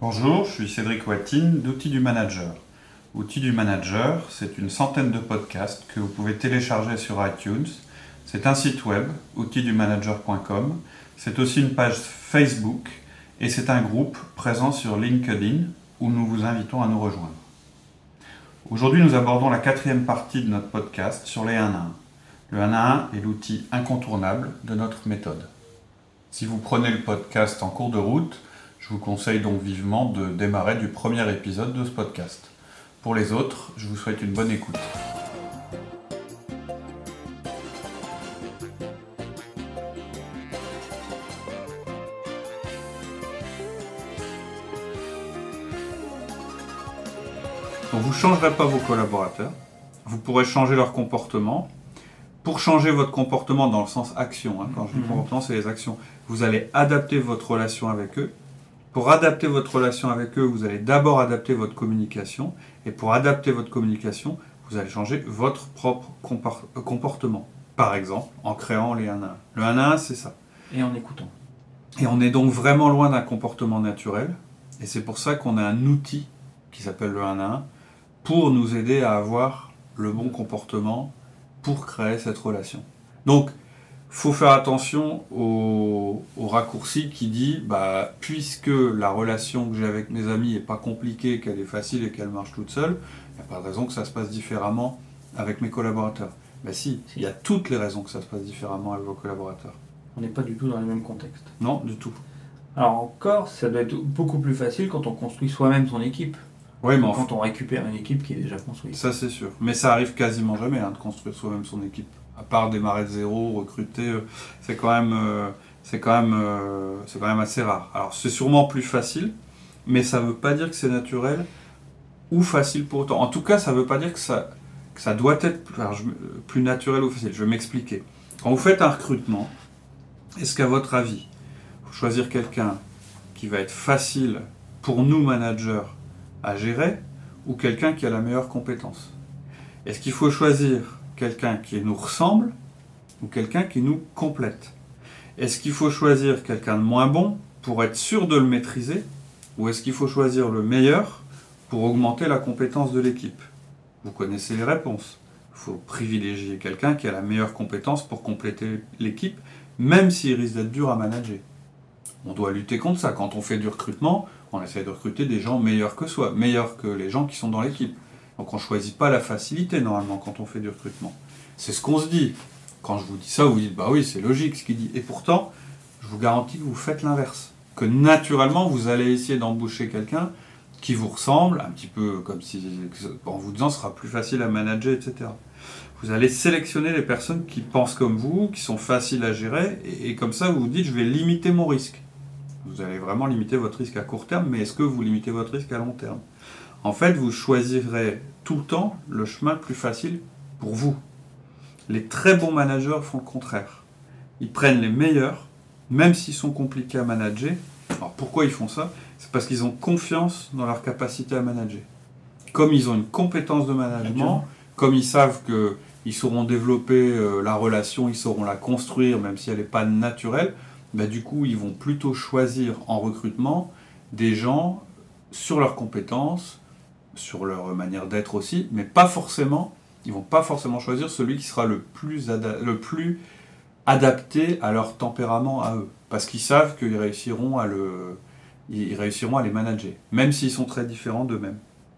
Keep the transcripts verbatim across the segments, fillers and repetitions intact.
Bonjour, je suis Cédric Watine d'Outils du Manager. Outils du Manager, c'est une centaine de podcasts que vous pouvez télécharger sur iTunes. C'est un site web, outils du manager point com. C'est aussi une page Facebook et c'est un groupe présent sur LinkedIn où nous vous invitons à nous rejoindre. Aujourd'hui, nous abordons la quatrième partie de notre podcast sur les un à un. Le un à un est l'outil incontournable de notre méthode. Si vous prenez le podcast en cours de route, je vous conseille donc vivement de démarrer du premier épisode de ce podcast. Pour les autres, je vous souhaite une bonne écoute. Donc vous ne changerez pas vos collaborateurs, vous pourrez changer leur comportement. Pour changer votre comportement dans le sens action, hein, quand je dis comportement, c'est les actions, vous allez adapter votre relation avec eux. Pour adapter votre relation avec eux, vous allez d'abord adapter votre communication. Et pour adapter votre communication, vous allez changer votre propre compor- comportement. Par exemple, en créant les un à un. Le un à un, c'est ça. Et en écoutant. Et on est donc vraiment loin d'un comportement naturel. Et c'est pour ça qu'on a un outil qui s'appelle le un à un pour nous aider à avoir le bon comportement pour créer cette relation. Donc, il faut faire attention au, au raccourci qui dit bah, puisque la relation que j'ai avec mes amis n'est pas compliquée, qu'elle est facile et qu'elle marche toute seule, il n'y a pas de raison que ça se passe différemment avec mes collaborateurs. Ben si, il y a toutes les raisons que ça se passe différemment avec vos collaborateurs. On n'est pas du tout dans les mêmes contextes. Non, du tout. Alors encore, ça doit être beaucoup plus facile quand on construit soi-même son équipe. Oui, mais quand on récupère une équipe qui est déjà construite. Ça, c'est sûr. Mais ça arrive quasiment jamais hein, de construire soi-même son équipe. À part démarrer de zéro, recruter, euh, c'est quand même, euh, c'est quand même, euh, c'est quand même assez rare. Alors, c'est sûrement plus facile, mais ça ne veut pas dire que c'est naturel ou facile pour autant. En tout cas, ça ne veut pas dire que ça, que ça doit être plus, alors, je, plus naturel ou facile. Je vais m'expliquer. Quand vous faites un recrutement, est-ce qu'à votre avis, il faut choisir quelqu'un qui va être facile pour nous, managers, à gérer, ou quelqu'un qui a la meilleure compétence? Est-ce qu'il faut choisir quelqu'un qui nous ressemble ou quelqu'un qui nous complète? Est-ce qu'il faut choisir quelqu'un de moins bon pour être sûr de le maîtriser, ou est-ce qu'il faut choisir le meilleur pour augmenter la compétence de l'équipe? Vous connaissez les réponses. Il faut privilégier quelqu'un qui a la meilleure compétence pour compléter l'équipe, même s'il risque d'être dur à manager. On doit lutter contre ça. Quand on fait du recrutement, on essaie de recruter des gens meilleurs que soi, meilleurs que les gens qui sont dans l'équipe. Donc on ne choisit pas la facilité normalement quand on fait du recrutement. C'est ce qu'on se dit. Quand je vous dis ça, vous dites bah oui, c'est logique ce qu'il dit. Et pourtant, je vous garantis que vous faites l'inverse. Que naturellement, vous allez essayer d'embaucher quelqu'un qui vous ressemble, un petit peu comme si, en vous disant, ce sera plus facile à manager, et cetera. Vous allez sélectionner les personnes qui pensent comme vous, qui sont faciles à gérer, et, et comme ça, vous vous dites, je vais limiter mon risque. Vous allez vraiment limiter votre risque à court terme, mais est-ce que vous limitez votre risque à long terme? En fait, vous choisirez tout le temps le chemin le plus facile pour vous. Les très bons managers font le contraire. Ils prennent les meilleurs, même s'ils sont compliqués à manager. Alors pourquoi ils font ça? C'est parce qu'ils ont confiance dans leur capacité à manager. Comme ils ont une compétence de management, comme ils savent qu'ils sauront développer euh, la relation, ils sauront la construire, même si elle n'est pas naturelle, bah, du coup, ils vont plutôt choisir en recrutement des gens sur leurs compétences, sur leur manière d'être aussi, mais pas forcément, ils vont pas forcément choisir celui qui sera le plus, ada- le plus adapté à leur tempérament à eux, parce qu'ils savent qu'ils réussiront à, le, ils réussiront à les manager, même s'ils sont très différents d'eux-mêmes.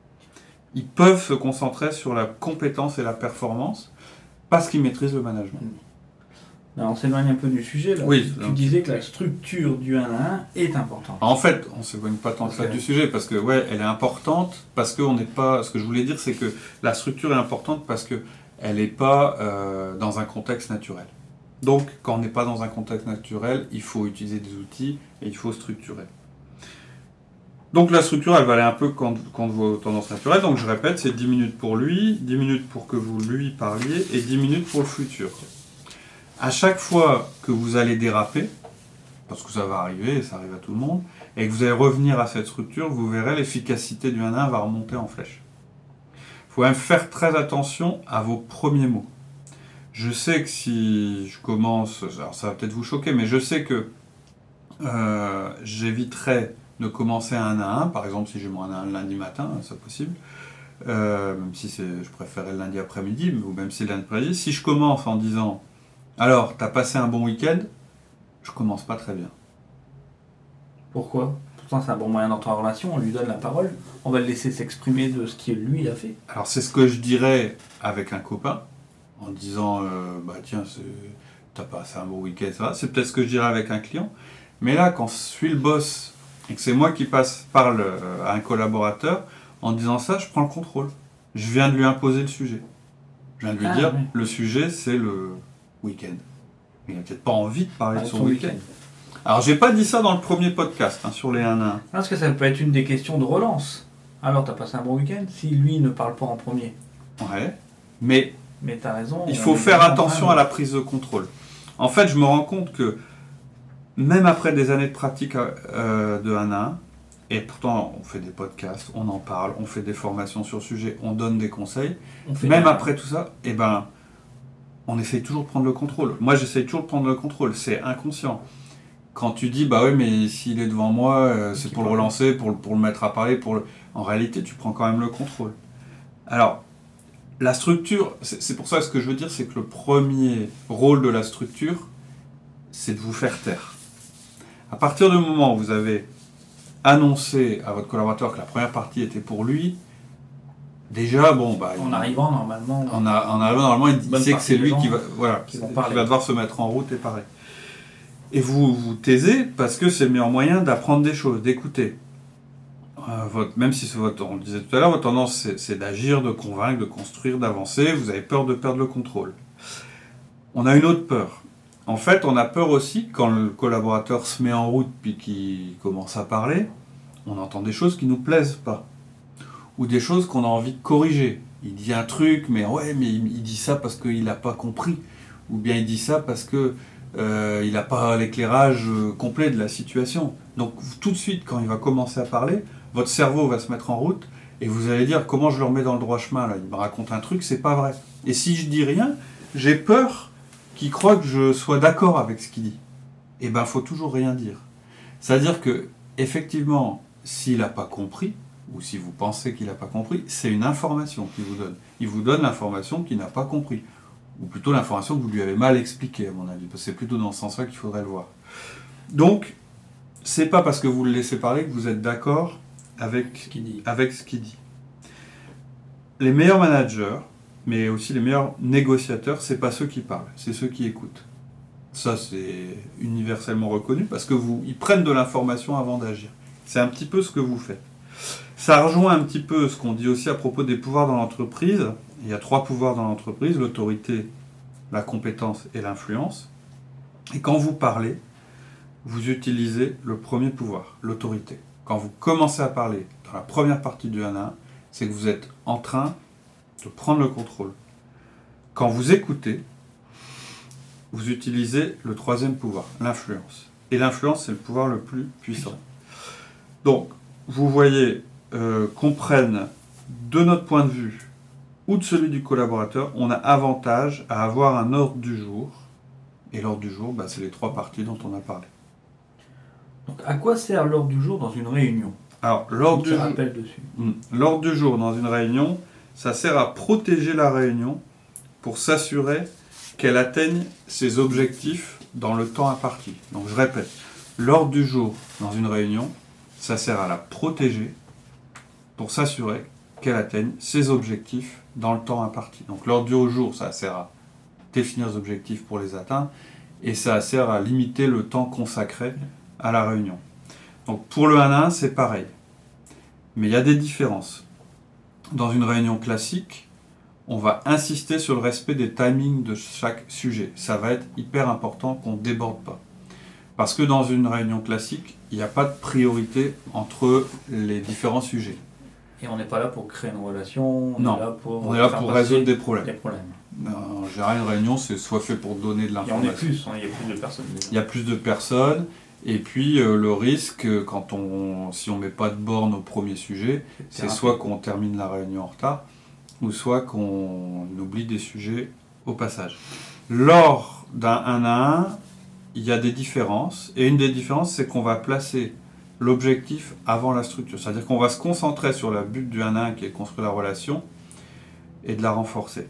Ils peuvent se concentrer sur la compétence et la performance, parce qu'ils maîtrisent le management. Alors, on s'éloigne un peu du sujet. Là. Oui, tu disais que la structure du un à un est importante. En fait, on ne s'éloigne pas tant que ça du sujet, parce que ouais, elle est importante, parce qu'on n'est pas... Ce que je voulais dire, c'est que la structure est importante parce qu'elle n'est pas euh, dans un contexte naturel. Donc, quand on n'est pas dans un contexte naturel, il faut utiliser des outils et il faut structurer. Donc la structure, elle va aller un peu contre, contre vos tendances naturelles. Donc je répète, c'est dix minutes pour lui, dix minutes pour que vous lui parliez et dix minutes pour le futur. À chaque fois que vous allez déraper, parce que ça va arriver, et ça arrive à tout le monde, et que vous allez revenir à cette structure, vous verrez l'efficacité du un à un va remonter en flèche. Il faut même faire très attention à vos premiers mots. Je sais que si je commence, alors ça va peut-être vous choquer, mais je sais que euh, j'éviterai de commencer un à un, par exemple si j'ai mon un à un le lundi matin, c'est possible, euh, même si c'est, je préférais le lundi après-midi, ou même si c'est lundi après-midi, si je commence en disant « Alors, t'as passé un bon week-end », je commence pas très bien. Pourquoi ? Pourtant, c'est un bon moyen d'entrer en relation, on lui donne la parole, on va le laisser s'exprimer de ce qu'il lui a fait. Alors c'est ce que je dirais avec un copain, en disant euh, « Bah tiens, c'est... t'as passé un bon week-end, ça va ». C'est peut-être ce que je dirais avec un client. Mais là, quand je suis le boss et que c'est moi qui passe, parle euh, à un collaborateur, en disant ça, je prends le contrôle. Je viens de lui imposer le sujet. Je viens de lui Ah, dire, oui. le sujet, c'est le week-end. Il n'a peut-être pas envie de parler Ah, de son, son week-end. week-end. Alors, j'ai pas dit ça dans le premier podcast, hein, sur les un à un. Parce que ça peut être une des questions de relance. Alors, t'as passé un bon week-end si lui ne parle pas en premier. Ouais. Mais Mais t'as raison. il on faut est faire vraiment en attention train à de- la prise de contrôle. En fait, je me rends compte que même après des années de pratique euh, de un à un, et pourtant on fait des podcasts, on en parle, on fait des formations sur le sujet, on donne des conseils, on fait même des- après tout ça, eh ben, on essaye toujours de prendre le contrôle. Moi, j'essaye toujours de prendre le contrôle, c'est inconscient. Quand tu dis, bah oui, mais s'il est devant moi, euh, c'est Qui pour le parle. relancer, pour, le- pour le mettre à parler, pour le... en réalité, tu prends quand même le contrôle. Alors, la structure, c'est c'est pour ça que ce que je veux dire, c'est que le premier rôle de la structure, c'est de vous faire taire. À partir du moment où vous avez annoncé à votre collaborateur que la première partie était pour lui, déjà, bon, bah, En il- arrivant, normalement, en, a- en arrivant, normalement, il, il Bonne sait que partie c'est des lui gens qui va, voilà, qui vont qui parler. va devoir se mettre en route et parler. Et vous vous taisez parce que c'est le meilleur moyen d'apprendre des choses, d'écouter. Euh, votre- même si c'est votre, on le disait tout à l'heure, votre tendance c'est, c'est d'agir, de convaincre, de construire, d'avancer, vous avez peur de perdre le contrôle. On a une autre peur. En fait, on a peur aussi quand le collaborateur se met en route puis qu'il commence à parler, on entend des choses qui nous plaisent pas. Ou des choses qu'on a envie de corriger. Il dit un truc, mais ouais, mais il, il dit ça parce qu'il n'a pas compris. Ou bien il dit ça parce que euh, il n'a pas l'éclairage euh, complet de la situation. Donc tout de suite, quand il va commencer à parler, votre cerveau va se mettre en route et vous allez dire comment je le remets dans le droit chemin là. Il me raconte un truc, c'est pas vrai. Et si je dis rien, j'ai peur qu'il croit que je sois d'accord avec ce qu'il dit. Et ben, faut toujours rien dire. C'est-à-dire que effectivement, s'il n'a pas compris, ou si vous pensez qu'il n'a pas compris, c'est une information qu'il vous donne. Il vous donne l'information qu'il n'a pas compris. Ou plutôt l'information que vous lui avez mal expliquée, à mon avis. Parce que c'est plutôt dans ce sens-là qu'il faudrait le voir. Donc, c'est pas parce que vous le laissez parler que vous êtes d'accord avec ce qu'il dit. avec ce qu'il dit. Les meilleurs managers, mais aussi les meilleurs négociateurs, c'est pas ceux qui parlent, c'est ceux qui écoutent. Ça, c'est universellement reconnu parce que vous, ils prennent de l'information avant d'agir. C'est un petit peu ce que vous faites. Ça rejoint un petit peu ce qu'on dit aussi à propos des pouvoirs dans l'entreprise. Il y a trois pouvoirs dans l'entreprise, l'autorité, la compétence et l'influence. Et quand vous parlez, vous utilisez le premier pouvoir, l'autorité. Quand vous commencez à parler dans la première partie du un à un, c'est que vous êtes en train de prendre le contrôle. Quand vous écoutez, vous utilisez le troisième pouvoir, l'influence. Et l'influence, c'est le pouvoir le plus puissant. Donc, vous voyez euh, qu'on prenne de notre point de vue ou de celui du collaborateur, on a avantage à avoir un ordre du jour. Et l'ordre du jour, bah, c'est les trois parties dont on a parlé. Donc, à quoi sert l'ordre du jour dans une réunion ? Alors, l'ordre Tu du, te jour, rappelles dessus. Hmm. l'ordre du jour dans une réunion, ça sert à protéger la réunion pour s'assurer qu'elle atteigne ses objectifs dans le temps imparti. Donc, je répète, l'ordre du jour dans une réunion, ça sert à la protéger pour s'assurer qu'elle atteigne ses objectifs dans le temps imparti. Donc, l'ordre du jour, ça sert à définir les objectifs pour les atteindre et ça sert à limiter le temps consacré à la réunion. Donc pour le un à un, c'est pareil. Mais il y a des différences. Dans une réunion classique, on va insister sur le respect des timings de chaque sujet. Ça va être hyper important qu'on ne déborde pas. Parce que dans une réunion classique, il n'y a pas de priorité entre les différents sujets. Et on n'est pas là pour créer une relation, on Non. est là pour, On est là faire pour passer résoudre des problèmes. des problèmes. En général, une réunion, c'est soit fait pour donner de Et on est l'information. plus, hein, il y a plus de personnes. Il y a plus de personnes. Et puis euh, le risque, quand on, si on ne met pas de borne au premier sujet, c'est soit qu'on termine la réunion en retard, ou soit qu'on oublie des sujets au passage. Lors d'un un à un, il y a des différences. Et une des différences, c'est qu'on va placer l'objectif avant la structure. C'est-à-dire qu'on va se concentrer sur le but du un à un qui est de construire la relation et de la renforcer.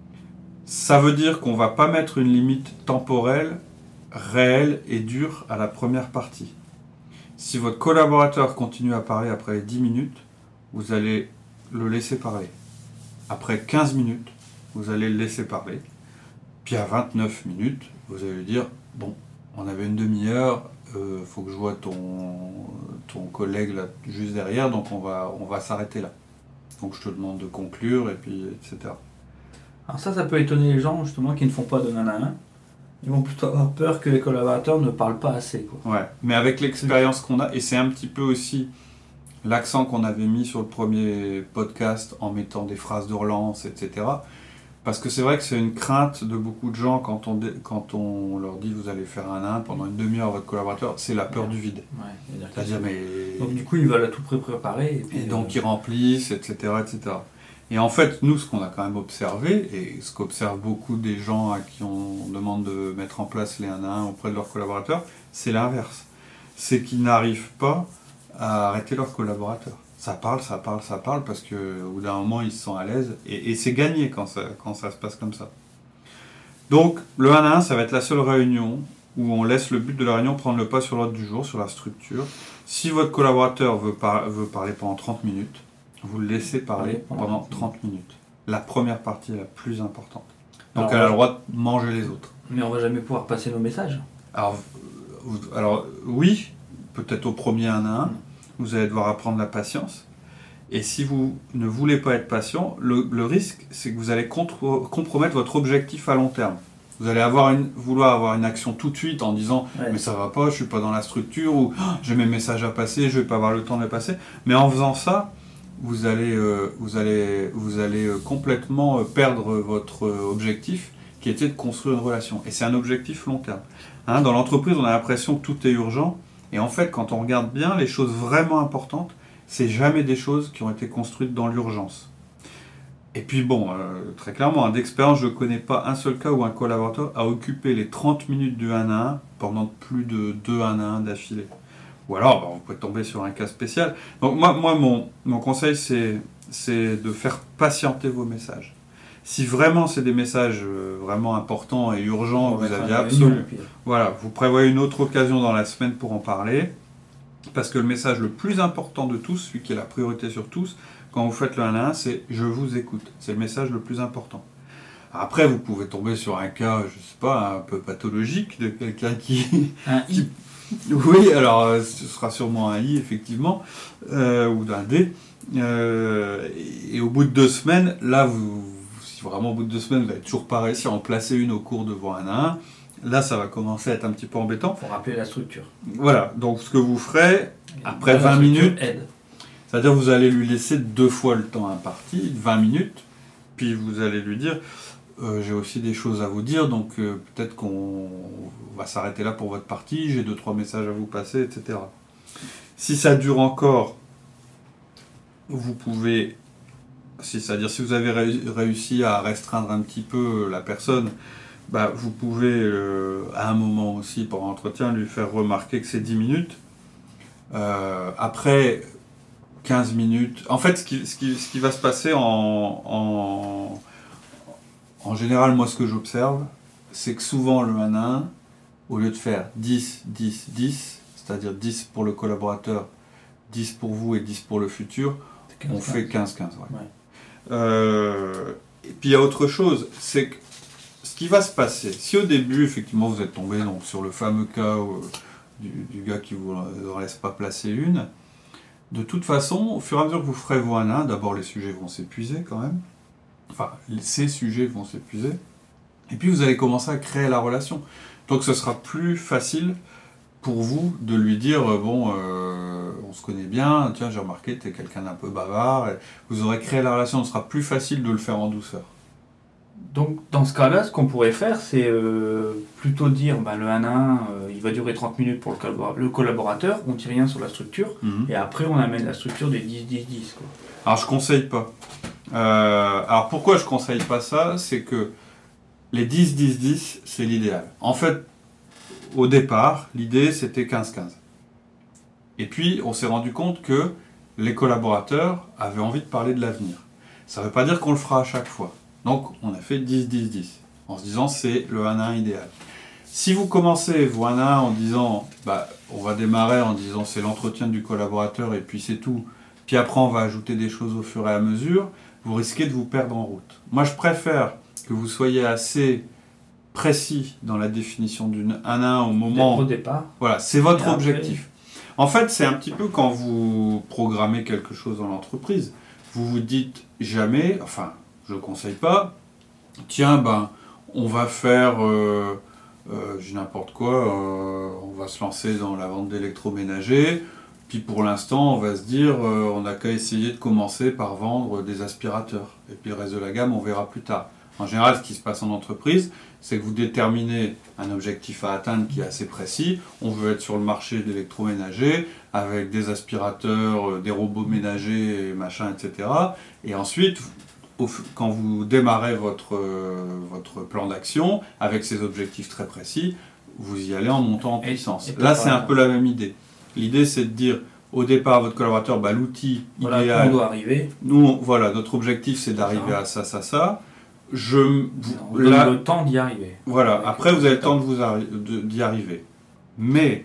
Ça veut dire qu'on ne va pas mettre une limite temporelle, réelle et dure à la première partie. Si votre collaborateur continue à parler après les dix minutes, vous allez le laisser parler. Après quinze minutes, vous allez le laisser parler. Puis à vingt-neuf minutes, vous allez lui dire « Bon, on avait une demi-heure, il euh, faut que je vois ton, ton collègue là, juste derrière, donc on va, on va s'arrêter là. Donc je te demande de conclure, et puis et cetera » Alors ça, ça peut étonner les gens justement qui ne font pas de un à un. Ils vont plutôt avoir peur que les collaborateurs ne parlent pas assez, quoi. Ouais, mais avec l'expérience qu'on a, et c'est un petit peu aussi l'accent qu'on avait mis sur le premier podcast en mettant des phrases de relance, et cetera. Parce que c'est vrai que c'est une crainte de beaucoup de gens quand on, dé, quand on leur dit vous allez faire un un pendant une demi-heure votre collaborateur, c'est la peur Ouais. du vide. Ouais, C'est-à-dire, mais... Donc du coup, ils veulent à tout prix préparer. Et, puis, Et donc euh... ils remplissent, et cetera, et cetera. Et en fait, nous, ce qu'on a quand même observé, et ce qu'observent beaucoup des gens à qui on demande de mettre en place les un à un auprès de leurs collaborateurs, c'est l'inverse. C'est qu'ils n'arrivent pas à arrêter leurs collaborateurs. Ça parle, ça parle, ça parle, parce qu'au bout d'un moment, ils se sentent à l'aise, et, et c'est gagné quand ça, quand ça se passe comme ça. Donc, le un à un, ça va être la seule réunion où on laisse le but de la réunion prendre le pas sur l'ordre du jour, sur la structure. Si votre collaborateur veut, par, veut parler pendant trente minutes, vous le laissez parler pendant trente minutes. La première partie est la plus importante. Donc alors, elle a le droit de manger les autres. Mais on va jamais pouvoir passer nos messages. Alors, vous, alors oui, peut-être au premier un à un, mmh. vous allez devoir apprendre la patience. Et si vous ne voulez pas être patient, le, le risque, c'est que vous allez contre, compromettre votre objectif à long terme. Vous allez avoir une, vouloir avoir une action tout de suite en disant ouais. « mais ça va pas, je suis pas dans la structure » ou oh, « j'ai mes messages à passer, je vais pas avoir le temps de les passer ». Mais en faisant ça, vous allez, euh, vous allez, vous allez euh, complètement euh, perdre votre euh, objectif qui était de construire une relation. Et c'est un objectif long terme. Hein, dans l'entreprise, on a l'impression que tout est urgent. Et en fait, quand on regarde bien, les choses vraiment importantes, c'est jamais des choses qui ont été construites dans l'urgence. Et puis bon, euh, très clairement, hein, d'expérience, je ne connais pas un seul cas où un collaborateur a occupé les trente minutes du un à un pendant plus de deux un à un d'affilée. Ou alors, bah, vous pouvez tomber sur un cas spécial. Donc moi, moi mon, mon conseil, c'est, c'est de faire patienter vos messages. Si vraiment c'est des messages euh, vraiment importants et urgents, vous aviez absolument... Voilà, vous prévoyez une autre occasion dans la semaine pour en parler. Parce que le message le plus important de tous, celui qui est la priorité sur tous, quand vous faites le un à un, c'est « je vous écoute ». C'est le message le plus important. Après, vous pouvez tomber sur un cas, je sais pas, un peu pathologique de quelqu'un qui... Un I. Oui, alors euh, ce sera sûrement un I, effectivement, euh, ou d'un D. Euh, et, et au bout de deux semaines, là, vous, si vraiment au bout de deux semaines, vous n'avez toujours pas réussi à en placer une au cours de vos un à un, là, ça va commencer à être un petit peu embêtant. Il faut rappeler la structure. Voilà, donc ce que vous ferez, après vingt minutes, aide. C'est-à-dire vous allez lui laisser deux fois le temps imparti, vingt minutes, puis vous allez lui dire... Euh, j'ai aussi des choses à vous dire, donc euh, peut-être qu'on va s'arrêter là pour votre partie, j'ai deux, trois messages à vous passer, et cetera. Si ça dure encore, vous pouvez, c'est-à-dire si vous avez réussi à restreindre un petit peu la personne, bah, vous pouvez euh, à un moment aussi, pendant l'entretien, lui faire remarquer que c'est dix minutes. Euh, après quinze minutes, en fait, ce qui, ce qui, ce qui va se passer en... en En général, moi, ce que j'observe, c'est que souvent, le un à un, au lieu de faire dix, dix, dix, c'est-à-dire dix pour le collaborateur, dix pour vous et dix pour le futur, quinze, on fait quinze quinze. Ouais. Ouais. Euh, et puis, il y a autre chose, c'est que ce qui va se passer, si au début, effectivement, vous êtes tombé donc, sur le fameux cas où, du, du gars qui ne vous en laisse pas placer une, de toute façon, au fur et à mesure que vous ferez vos un à un, d'abord, les sujets vont s'épuiser quand même. Enfin, ces sujets vont s'épuiser. Et puis, vous allez commencer à créer la relation. Donc, ce sera plus facile pour vous de lui dire, bon, euh, on se connaît bien, tiens, j'ai remarqué, tu es quelqu'un d'un peu bavard. Et vous aurez créé la relation, ce sera plus facile de le faire en douceur. Donc, dans ce cas-là, ce qu'on pourrait faire, c'est euh, plutôt dire, bah, le un à un, euh, il va durer trente minutes pour le, collabor- le collaborateur, on ne dit rien sur la structure, mm-hmm. et après, on amène la structure des dix dix dix. Quoi. Alors, je ne conseille pas. Euh, alors pourquoi je ne conseille pas ça, c'est que les dix dix dix, c'est l'idéal. En fait, au départ, l'idée c'était quinze quinze. Et puis, on s'est rendu compte que les collaborateurs avaient envie de parler de l'avenir. Ça ne veut pas dire qu'on le fera à chaque fois. Donc, on a fait dix dix dix, en se disant c'est le un à un idéal. Si vous commencez vos un à un en disant, bah, on va démarrer en disant c'est l'entretien du collaborateur et puis c'est tout, puis après on va ajouter des choses au fur et à mesure, vous risquez de vous perdre en route. Moi, je préfère que vous soyez assez précis dans la définition d'une un à un au moment... Au départ. Voilà, c'est votre objectif. En fait, c'est un petit peu quand vous programmez quelque chose dans l'entreprise. Vous vous dites jamais, enfin, je ne conseille pas, tiens, ben, on va faire, euh, euh, j'ai n'importe quoi, euh, on va se lancer dans la vente d'électroménager, puis pour l'instant, on va se dire, euh, on n'a qu'à essayer de commencer par vendre des aspirateurs. Et puis le reste de la gamme, on verra plus tard. En général, ce qui se passe en entreprise, c'est que vous déterminez un objectif à atteindre qui est assez précis. On veut être sur le marché d'électroménager avec des aspirateurs, des robots ménagers, machin, et cetera. Et ensuite, quand vous démarrez votre, votre plan d'action avec ces objectifs très précis, vous y allez en montant en puissance. Là, c'est un peu la même idée. L'idée, c'est de dire au départ à votre collaborateur, bah, l'outil voilà, idéal. On doit arriver. Nous, voilà, notre objectif, c'est d'arriver à ça, ça, ça. Je, on donne là, le temps d'y arriver. Voilà, avec après vous avez le temps de vous arri- de, d'y arriver. Mais,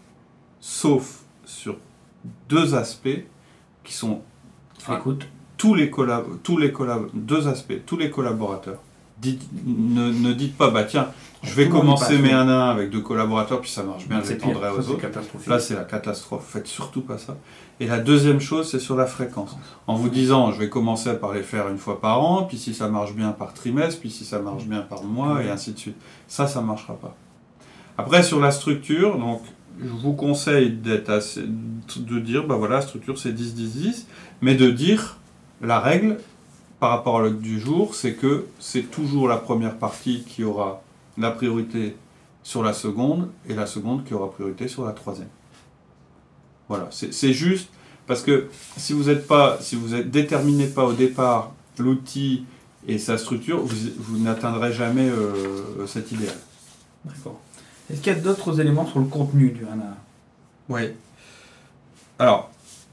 sauf sur deux aspects qui sont... Enfin, écoute. Tous les collab, tous les collab, deux aspects, tous les collaborateurs, dites, ne, ne dites pas, bah tiens, je vais commencer mes un à un avec deux collaborateurs, puis ça marche bien, je l'étendrai aux autres. Là, c'est la catastrophe. Faites surtout pas ça. Et la deuxième chose, c'est sur la fréquence. En vous disant, je vais commencer par les faire une fois par an, puis si ça marche bien par trimestre, puis si ça marche bien par mois, et ainsi de suite. Ça, ça ne marchera pas. Après, sur la structure, donc, je vous conseille d'être assez, de dire, bah voilà, la structure, c'est dix dix dix, mais de dire, la règle, par rapport à l'autre du jour, c'est que c'est toujours la première partie qui aura la priorité sur la seconde, et la seconde qui aura priorité sur la troisième. Voilà, c'est, c'est juste parce que si vous êtes pas, si vous êtes déterminez pas au départ l'outil et sa structure, vous, vous n'atteindrez jamais euh, cet idéal. D'accord. Est-ce qu'il y a d'autres éléments sur le contenu du un à un ? Oui. Alors,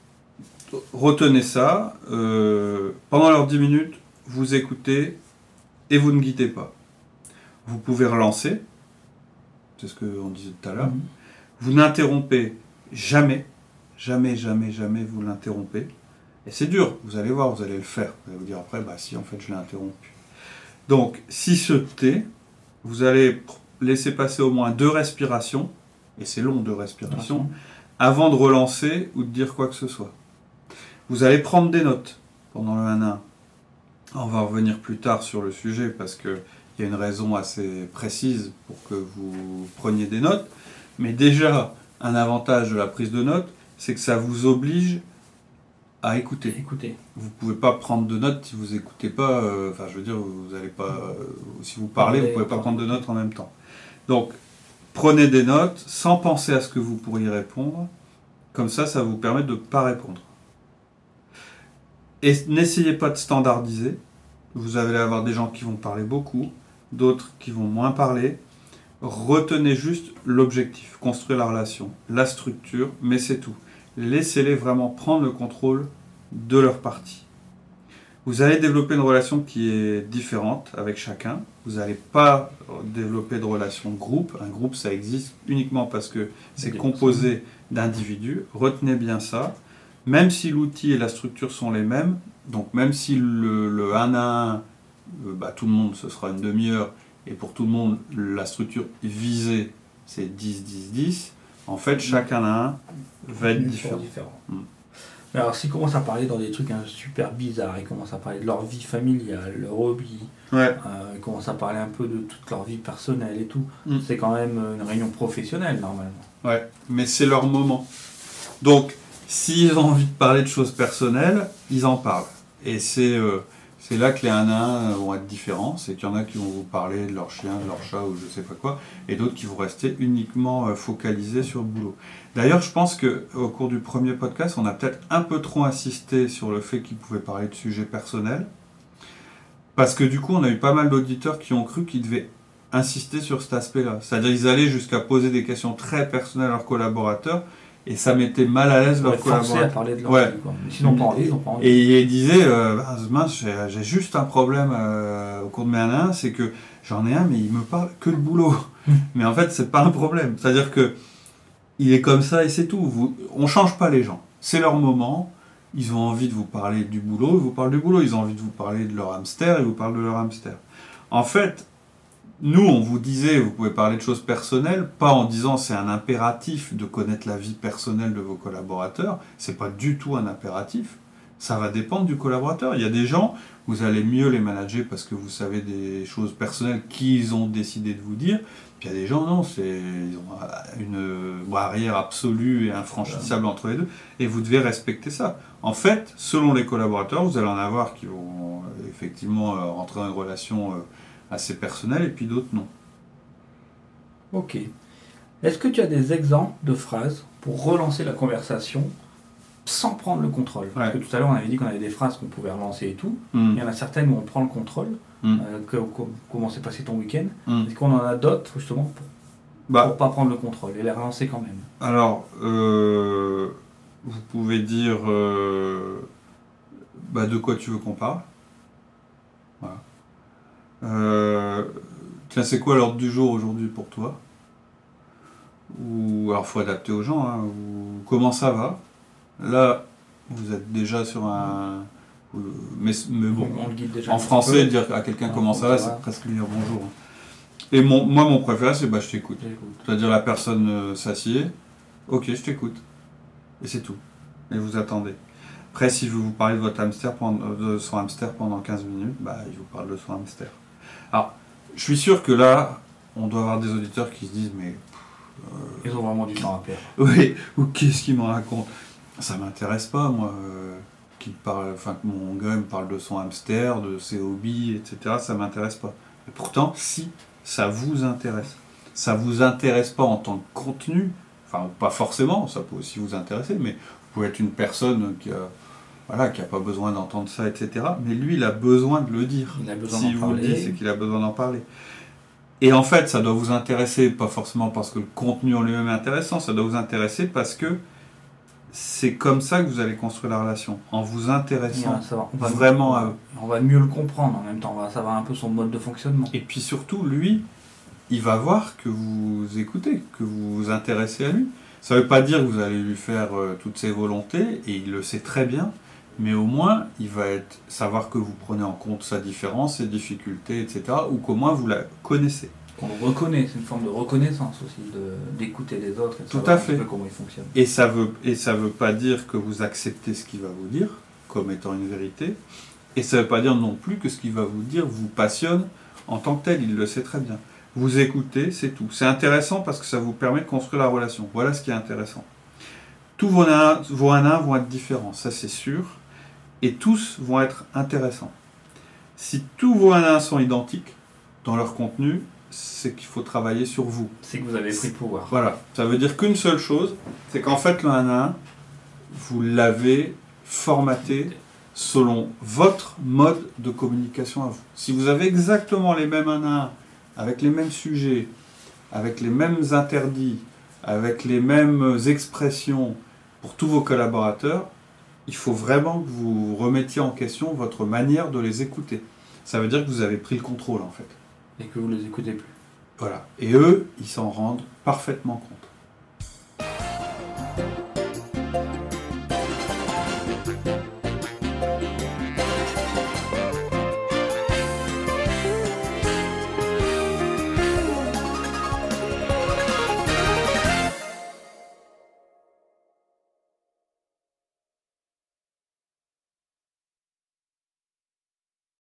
retenez ça. Euh, pendant leurs dix minutes, vous écoutez et vous ne guidez pas. Vous pouvez relancer. C'est ce qu'on disait tout à l'heure. Mmh. Vous n'interrompez jamais. Jamais, jamais, jamais vous l'interrompez. Et c'est dur, vous allez voir, vous allez le faire. Vous allez vous dire après, bah si, en fait, je l'ai interrompu. Donc, si se tait, vous allez laisser passer au moins deux respirations, et c'est long, deux respirations, avant de relancer ou de dire quoi que ce soit. Vous allez prendre des notes pendant le un à un. On va revenir plus tard sur le sujet, parce qu'il y a une raison assez précise pour que vous preniez des notes. Mais déjà, un avantage de la prise de notes, c'est que ça vous oblige à écouter. Écoutez. Vous ne pouvez pas prendre de notes si vous n'écoutez pas. Euh, enfin, je veux dire, vous allez pas. Euh, si vous parlez, vous ne pouvez pas prendre de notes en même temps. Donc, prenez des notes sans penser à ce que vous pourriez répondre. Comme ça, ça vous permet de ne pas répondre. Et n'essayez pas de standardiser. Vous allez avoir des gens qui vont parler beaucoup, d'autres qui vont moins parler. Retenez juste l'objectif, construire la relation, la structure, mais c'est tout. Laissez-les vraiment prendre le contrôle de leur partie. Vous allez développer une relation qui est différente avec chacun. Vous n'allez pas développer de relation de groupe. Un groupe, ça existe uniquement parce que c'est composé d'individus. Retenez bien ça. Même si l'outil et la structure sont les mêmes, donc même si le, le un à un, euh, bah, tout le monde, ce sera une demi-heure, et pour tout le monde, la structure visée, c'est dix dix dix, en fait, chaque un à un va être différent. différent. Mm. Mais alors, s'ils commencent à parler dans des trucs hein, super bizarres, ils commencent à parler de leur vie familiale, leur hobby, ouais. euh, ils commencent à parler un peu de toute leur vie personnelle et tout, mm. c'est quand même une réunion professionnelle, normalement. Ouais, mais c'est leur moment. Donc, s'ils ont envie de parler de choses personnelles, ils en parlent. Et c'est, euh, c'est là que les un à un vont être différents. C'est qu'il y en a qui vont vous parler de leur chien, de leur chat ou je sais pas quoi, et d'autres qui vont rester uniquement euh, focalisés sur le boulot. D'ailleurs, je pense qu'au cours du premier podcast, on a peut-être un peu trop insisté sur le fait qu'ils pouvaient parler de sujets personnels. Parce que du coup, on a eu pas mal d'auditeurs qui ont cru qu'ils devaient insister sur cet aspect-là. C'est-à-dire qu'ils allaient jusqu'à poser des questions très personnelles à leurs collaborateurs. et ça mettait mal à l'aise leurs collaborateurs. À parler de leur ouais. vie, quoi. Mais s'ils n'ont pas envie, ils n'ont pas envie. Et il disait, euh, bah, mince, j'ai, j'ai juste un problème euh, au cours de mes un à un, c'est que j'en ai un, mais il me parle que de boulot. Mais en fait, c'est pas un problème. C'est-à-dire que il est comme ça et c'est tout. Vous, on change pas les gens. C'est leur moment. Ils ont envie de vous parler du boulot, ils vous parlent du boulot. Ils ont envie de vous parler de leur hamster, ils vous parlent de leur hamster. En fait, nous, on vous disait, vous pouvez parler de choses personnelles, pas en disant c'est un impératif de connaître la vie personnelle de vos collaborateurs. C'est pas du tout un impératif. Ça va dépendre du collaborateur. Il y a des gens, vous allez mieux les manager parce que vous savez des choses personnelles qu'ils ont décidé de vous dire. Puis il y a des gens, non, c'est, ils ont une barrière absolue et infranchissable entre les deux. Et vous devez respecter ça. En fait, selon les collaborateurs, vous allez en avoir qui vont euh, effectivement euh, rentrer dans une relation euh, assez personnelle et puis d'autres non. Ok. Est-ce que tu as des exemples de phrases pour relancer la conversation sans prendre le contrôle? Ouais. Parce que tout à l'heure, on avait dit qu'on avait des phrases qu'on pouvait relancer et tout. Mm. Il y en a certaines où on prend le contrôle. Mm. Euh, que, que, comment s'est passé ton week-end? Mm. Est-ce qu'on en a d'autres, justement, pour bah, pour pas prendre le contrôle et les relancer quand même? Alors, euh, vous pouvez dire euh, bah, de quoi tu veux qu'on parle. Voilà. Euh, tiens, c'est quoi l'ordre du jour aujourd'hui pour toi? Ou alors, faut adapter aux gens. Hein, ou comment ça va? Là, vous êtes déjà sur un. Mais, mais bon, on, on le guide déjà en français, dire à quelqu'un ah, comment ça va, ça va, c'est presque lui dire bonjour. Et mon, moi, mon préféré, c'est bah, je t'écoute. C'est-à-dire la personne euh, s'assied, ok, je t'écoute. Et c'est tout. Et vous attendez. Après, si je vous parler de votre hamster, pendant, de son hamster pendant quinze minutes, bah, il vous parle de son hamster. Alors, je suis sûr que là, on doit avoir des auditeurs qui se disent, mais... Euh, Ils ont vraiment du temps à perdre. Oui, ou qu'est-ce qu'ils m'en racontent? Ça m'intéresse pas, moi. Euh, qu'il parle, enfin, que mon gars me parle de son hamster, de ses hobbies, et cetera. Ça m'intéresse pas. Et pourtant, si ça vous intéresse, ça vous intéresse pas en tant que contenu, enfin, pas forcément, ça peut aussi vous intéresser, mais vous pouvez être une personne qui a, voilà, qui a pas besoin d'entendre ça, et cetera. Mais lui, il a besoin de le dire. Il a besoin si d'en vous parler. le dites, c'est qu'il a besoin d'en parler. Et en fait, ça doit vous intéresser, pas forcément parce que le contenu en lui-même est intéressant, ça doit vous intéresser parce que c'est comme ça que vous allez construire la relation, en vous intéressant va, on va vraiment mieux, à eux. On va mieux le comprendre en même temps, on va savoir un peu son mode de fonctionnement. Et puis surtout, lui, il va voir que vous écoutez, que vous vous intéressez à lui. Ça ne veut pas dire que vous allez lui faire euh, toutes ses volontés, et il le sait très bien, mais au moins, il va être, savoir que vous prenez en compte sa différence, ses difficultés, et cetera, ou qu'au moins vous la connaissez. Qu'on le reconnaît, c'est une forme de reconnaissance aussi, de, d'écouter les autres et de Tout savoir à fait. un peu comment ils fonctionnent. Et ça veut, et ça veut pas dire que vous acceptez ce qu'il va vous dire comme étant une vérité, et ça veut pas dire non plus que ce qu'il va vous dire vous passionne en tant que tel, il le sait très bien. Vous écoutez, c'est tout. C'est intéressant parce que ça vous permet de construire la relation. Voilà ce qui est intéressant. Tous vos un à un vont être différents, ça c'est sûr, et tous vont être intéressants. Si tous vos un à un sont identiques dans leur contenu, c'est qu'il faut travailler sur vous. C'est que vous avez pris le pouvoir. Voilà. Ça veut dire qu'une seule chose, c'est qu'en fait, le un à un, vous l'avez formaté selon votre mode de communication à vous. Si vous avez exactement les mêmes un à un, avec les mêmes sujets, avec les mêmes interdits, avec les mêmes expressions pour tous vos collaborateurs, il faut vraiment que vous remettiez en question votre manière de les écouter. Ça veut dire que vous avez pris le contrôle, en fait. Et que vous ne les écoutez plus. Voilà. Et eux, ils s'en rendent parfaitement compte.